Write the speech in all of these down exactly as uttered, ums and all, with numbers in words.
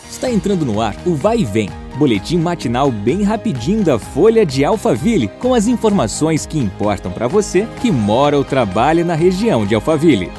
Está entrando no ar o Vai e Vem, boletim matinal bem rapidinho da Folha de Alphaville, com as informações que importam para você que mora ou trabalha na região de Alphaville.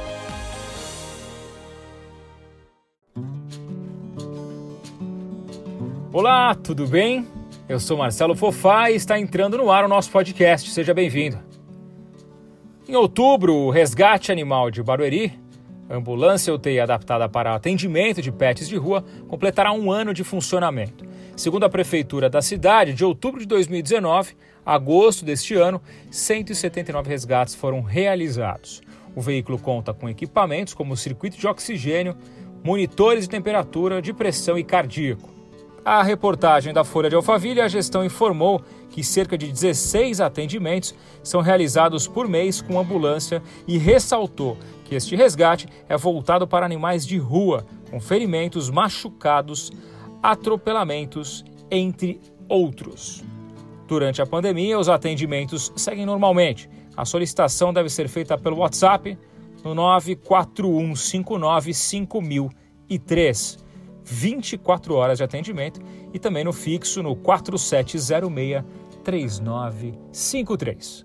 Olá, tudo bem? Eu sou Marcelo Fofá e está entrando no ar o nosso podcast. Seja bem-vindo. Em outubro, o Resgate Animal de Barueri, ambulância U T I adaptada para atendimento de pets de rua, completará um ano de funcionamento. Segundo a Prefeitura da cidade, de outubro de dois mil e dezenove a agosto deste ano, cento e setenta e nove resgates foram realizados. O veículo conta com equipamentos como circuito de oxigênio, monitores de temperatura, de pressão e cardíaco. A reportagem da Folha de Alphaville, a gestão informou que cerca de dezesseis atendimentos são realizados por mês com ambulância e ressaltou que este resgate é voltado para animais de rua, com ferimentos, machucados, atropelamentos, entre outros. Durante a pandemia, os atendimentos seguem normalmente. A solicitação deve ser feita pelo WhatsApp no nove quatro um cinco nove cinco mil e três. vinte e quatro horas de atendimento e também no fixo no quatro sete zero seis três nove cinco três.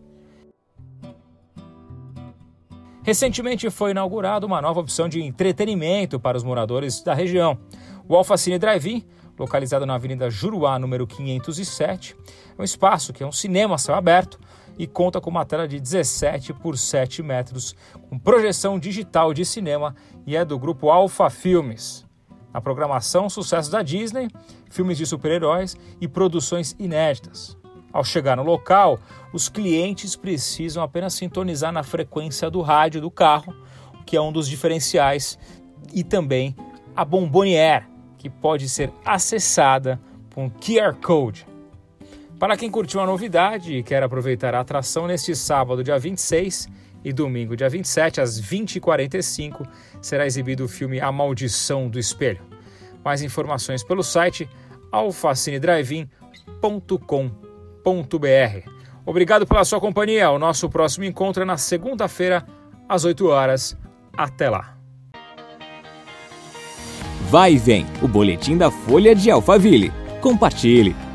Recentemente foi inaugurada uma nova opção de entretenimento para os moradores da região. O Alpha-Cine Drive-In, localizado na Avenida Juruá, número quinhentos e sete, é um espaço que é um cinema a céu aberto e conta com uma tela de dezessete por sete metros, com projeção digital de cinema e é do grupo Alpha Filmes. Na programação, sucessos da Disney, filmes de super-heróis e produções inéditas. Ao chegar no local, os clientes precisam apenas sintonizar na frequência do rádio do carro, que é um dos diferenciais, e também a Bomboniere, que pode ser acessada por um Q R Code. Para quem curtiu a novidade e quer aproveitar a atração, neste sábado, dia vinte e seis, e domingo, dia vinte e sete, às vinte e quarenta e cinco, será exibido o filme A Maldição do Espelho. Mais informações pelo site alphacine drive in ponto com ponto b r. Obrigado pela sua companhia. O nosso próximo encontro é na segunda-feira, às oito horas. Até lá. Vai e Vem, o boletim da Folha de Alphaville. Compartilhe.